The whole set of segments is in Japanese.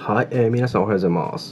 はい、皆さんおはようございます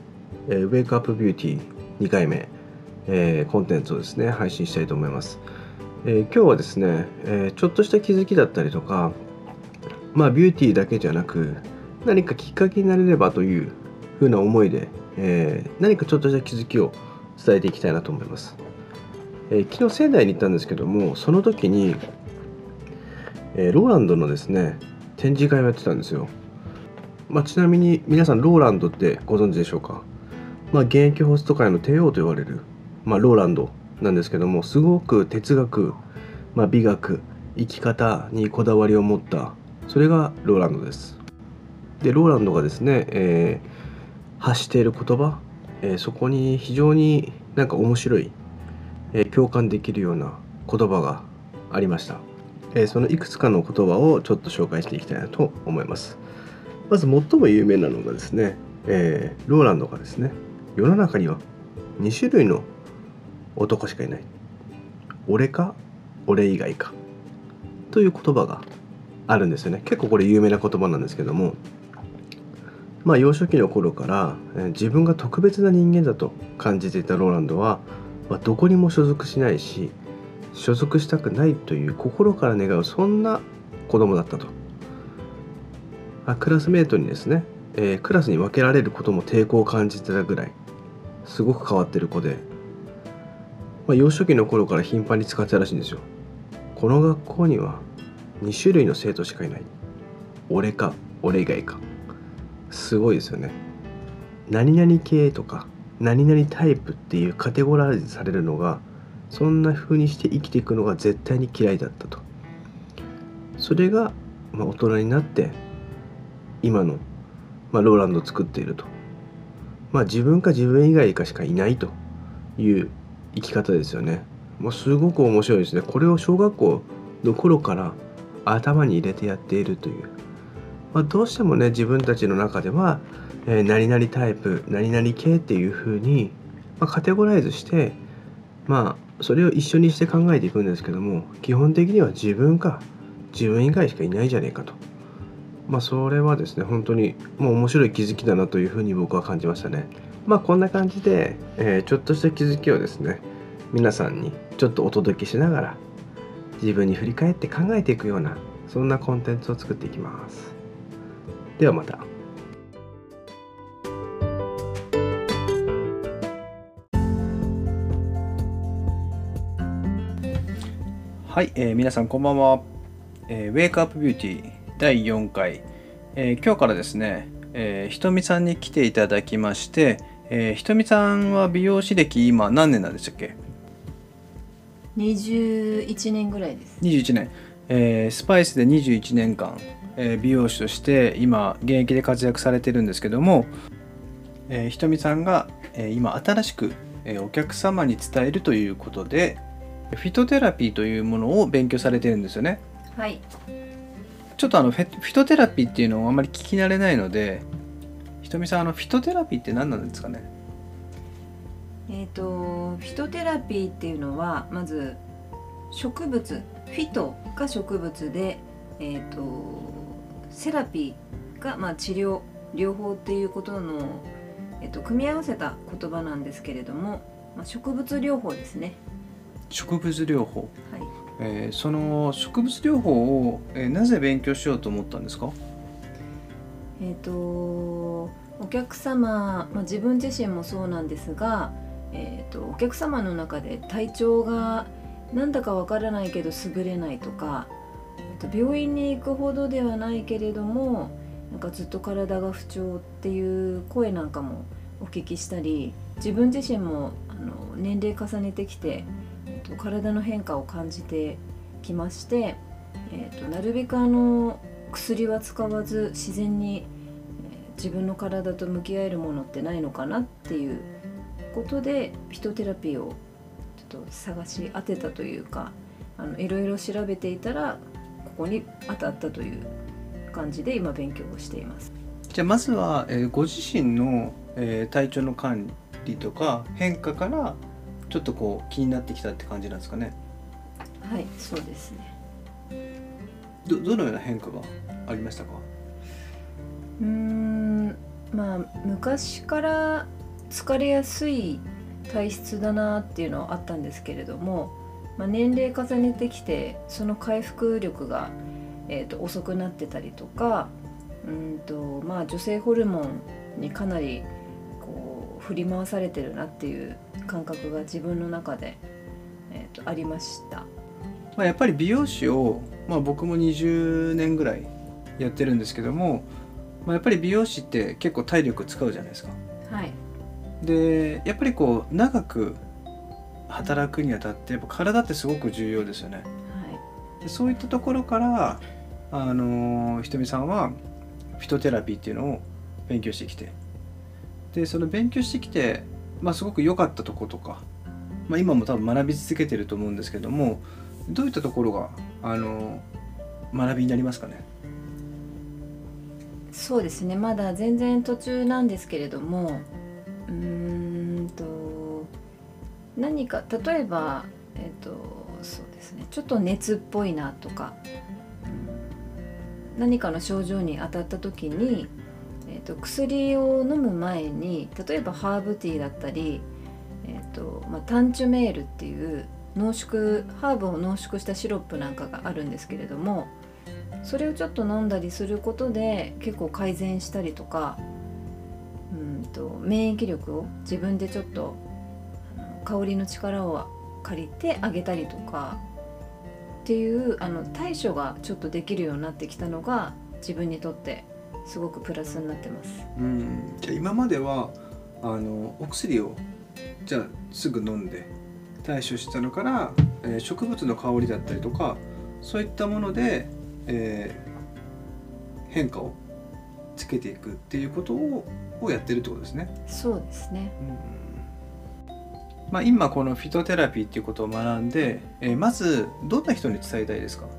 。Wake Up Beauty 2回目、コンテンツをですね、配信したいと思います。今日はですね、ちょっとした気づきだったりとか、ビューティーだけじゃなく、何かきっかけになれればというふうな思いで、何かちょっとした気づきを伝えていきたいなと思います。昨日仙台に行ったんですけども、その時に、ローランドのですね、展示会をやってたんですよ。ちなみに皆さんローランドってご存知でしょうか。現役ホスト界の帝王と言われる、ローランドなんですけども、すごく哲学、美学、生き方にこだわりを持った、それがローランドです。でローランドがですね、発している言葉、そこに非常になんか面白い、共感できるような言葉がありました。そのいくつかの言葉をちょっと紹介していきたいなと思います。まず最も有名なのがですね、ローランドがですね、世の中には2種類の男しかいない。俺か俺以外かという言葉があるんですよね。結構これ有名な言葉なんですけども、幼少期の頃から、自分が特別な人間だと感じていたローランドは、どこにも所属しないし、所属したくないという心から願う、そんな子供だったと。クラスメートにですね、クラスに分けられることも抵抗を感じてたぐらいすごく変わってる子で、幼少期の頃から頻繁に使ってたらしいんですよ。この学校には2種類の生徒しかいない。俺か俺以外か。すごいですよね。何々系とか何々タイプっていうカテゴライズされるのが、そんな風にして生きていくのが絶対に嫌いだったと。それが、大人になって今の、ローランドを作っていると。自分か自分以外かしかいないという生き方ですよね。すごく面白いですね。これを小学校の頃から頭に入れてやっているという。どうしてもね、自分たちの中では、何々タイプ、何々系っていう風に、カテゴライズして、それを一緒にして考えていくんですけども、基本的には自分か自分以外しかいないじゃねえかと。それはですね、本当に面白い気づきだなというふうに僕は感じましたね。こんな感じで、ちょっとした気づきをですね、皆さんにちょっとお届けしながら、自分に振り返って考えていくような、そんなコンテンツを作っていきます。ではまた。 はい、皆さんこんばんは。Wake Up Beauty 第4回、今日からですね、ひとみさんに来ていただきまして、ひとみさんは美容師歴今何年なんでしたっけ ？21年ぐらいです。 21年、スパイスで21年間、美容師として今現役で活躍されてるんですけども、ひとみさんが、今新しく、お客様に伝えるということでフィトテラピーというものを勉強されてるんですよね。 はい。 ちょっとフィトテラピーっていうのをあまり聞き慣れないので、ひとみさん、フィトテラピーって何なんですかね？ フィトテラピーっていうのはまず植物、フィトが植物で、セラピーが、治療、療法っていうことの、組み合わせた言葉なんですけれども、植物療法ですね。 植物療法。 はい。 その植物療法を、なぜ勉強しようと思ったんですか？ お客様、自分自身もそうなんですが、お客様の中で体調がなんだかわからないけど優れないとか、病院に行くほどではないけれどもなんかずっと体が不調っていう声なんかもお聞きしたり、自分自身も年齢重ねてきて、体の変化を感じてきまして、なるべく薬は使わず自然に、自分の体と向き合えるものってないのかなっていうことでフィトテラピーをちょっと探し当てたというか、いろいろ調べていたらここに当たったという感じで今勉強をしています。 じゃあまずは、ご自身の、体調の管理とか変化からちょっとこう気になってきたって感じなんですかね？ はい、そうですね。 どのような変化がありましたか？ 昔から疲れやすい体質だなっていうのはあったんですけれども、年齢重ねてきてその回復力が、遅くなってたりとか、女性ホルモンにかなりこう振り回されてるなっていう感覚が自分の中で、ありました。 やっぱり美容師を、僕も20年ぐらいやってるんですけども、やっぱり美容師って結構体力使うじゃないですか。 はい。 でやっぱりこう長く働くにあたってやっぱ体ってすごく重要ですよね。 はい。 でそういったところからひとみさんはフィトテラピーっていうのを勉強してきて、でその勉強してきて、すごく良かったところとか、今も多分学び続けてると思うんですけども、どういったところが学びになりますかね。 そうですね、まだ全然途中なんですけれども、何か例えば、そうですね、ちょっと熱っぽいなとか、何かの症状に当たった時に、薬を飲む前に例えばハーブティーだったり、タンチュメールっていうハーブを濃縮したシロップなんかがあるんですけれども、それをちょっと飲んだりすることで結構改善したりとか、免疫力を自分でちょっと香りの力を借りてあげたりとかっていう対処がちょっとできるようになってきたのが自分にとってすごくプラスになってます。 じゃあ今まではお薬をじゃあすぐ飲んで対処したのから、植物の香りだったりとかそういったもので、変化をつけていくっていうことをやってるってことですね。 そうですね。 今このフィトテラピーっていうことを学んで、まずどんな人に伝えたいですか？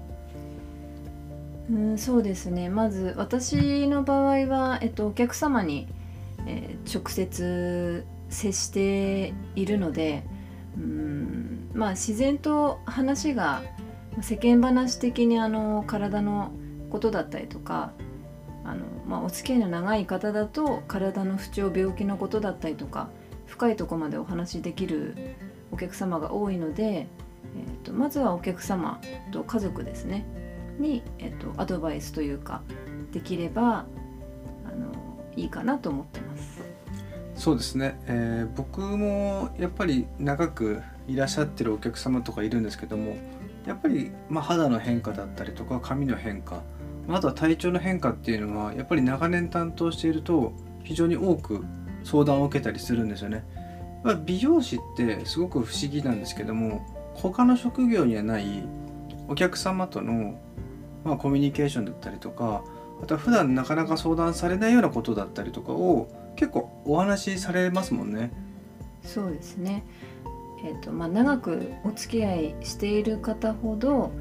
そうですね、まず私の場合は、お客様に、直接接しているので、自然と話が世間話的に体のことだったりとか、お付き合いの長い方だと体の不調病気のことだったりとか深いところまでお話しできるお客様が多いので、まずはお客様と家族ですねに、アドバイスというかできればいいかなと思ってます。 そうですね、僕もやっぱり長くいらっしゃってるお客様とかいるんですけども、やっぱり肌の変化だったりとか髪の変化、あとは体調の変化っていうのはやっぱり長年担当していると非常に多く相談を受けたりするんですよね。美容師ってすごく不思議なんですけども、他の職業にはないお客様との、コミュニケーションだったりとか、あとは普段なかなか相談されないようなことだったりとかを結構お話しされますもんね。 そうですね、長くお付き合いしている方ほど、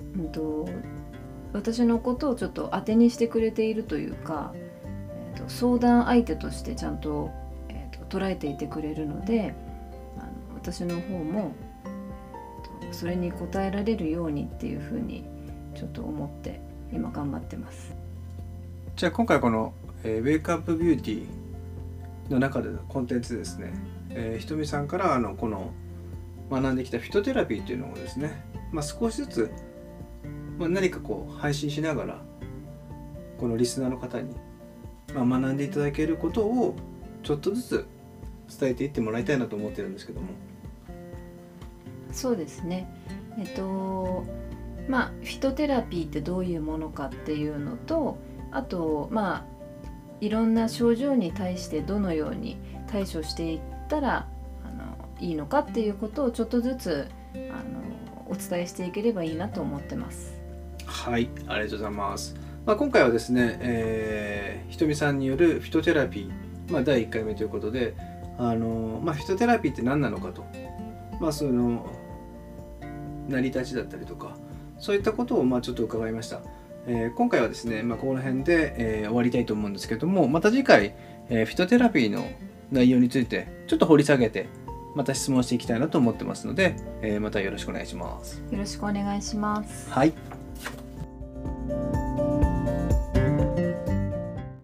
私のことをちょっと当てにしてくれているというか、相談相手としてちゃんと、捉えていてくれるので、私の方も、それに応えられるようにっていうふうにちょっと思って今頑張ってます。 じゃあ今回この、Wake Up Beauty の中でのコンテンツですね、ひとみさんからこの学んできたフィトテラピーというのをですね、少しずつ、何かこう配信しながらこのリスナーの方に、学んでいただけることをちょっとずつ伝えていってもらいたいなと思ってるんですけども。 そうですね、フィトテラピーってどういうものかっていうのと、あといろんな症状に対してどのように対処していったらいいのかっていうことをちょっとずつお伝えしていければいいなと思ってます。 はい、ありがとうございます。今回はですね、ひとみさんによるフィトテラピー、第1回目ということで、フィトテラピーって何なのかと、その成り立ちだったりとかそういったことをちょっと伺いました。今回はですね、この辺で、終わりたいと思うんですけども、また次回、フィトテラピーの内容についてちょっと掘り下げてまた質問していきたいなと思ってますので、またよろしくお願いします。 よろしくお願いします。 はい。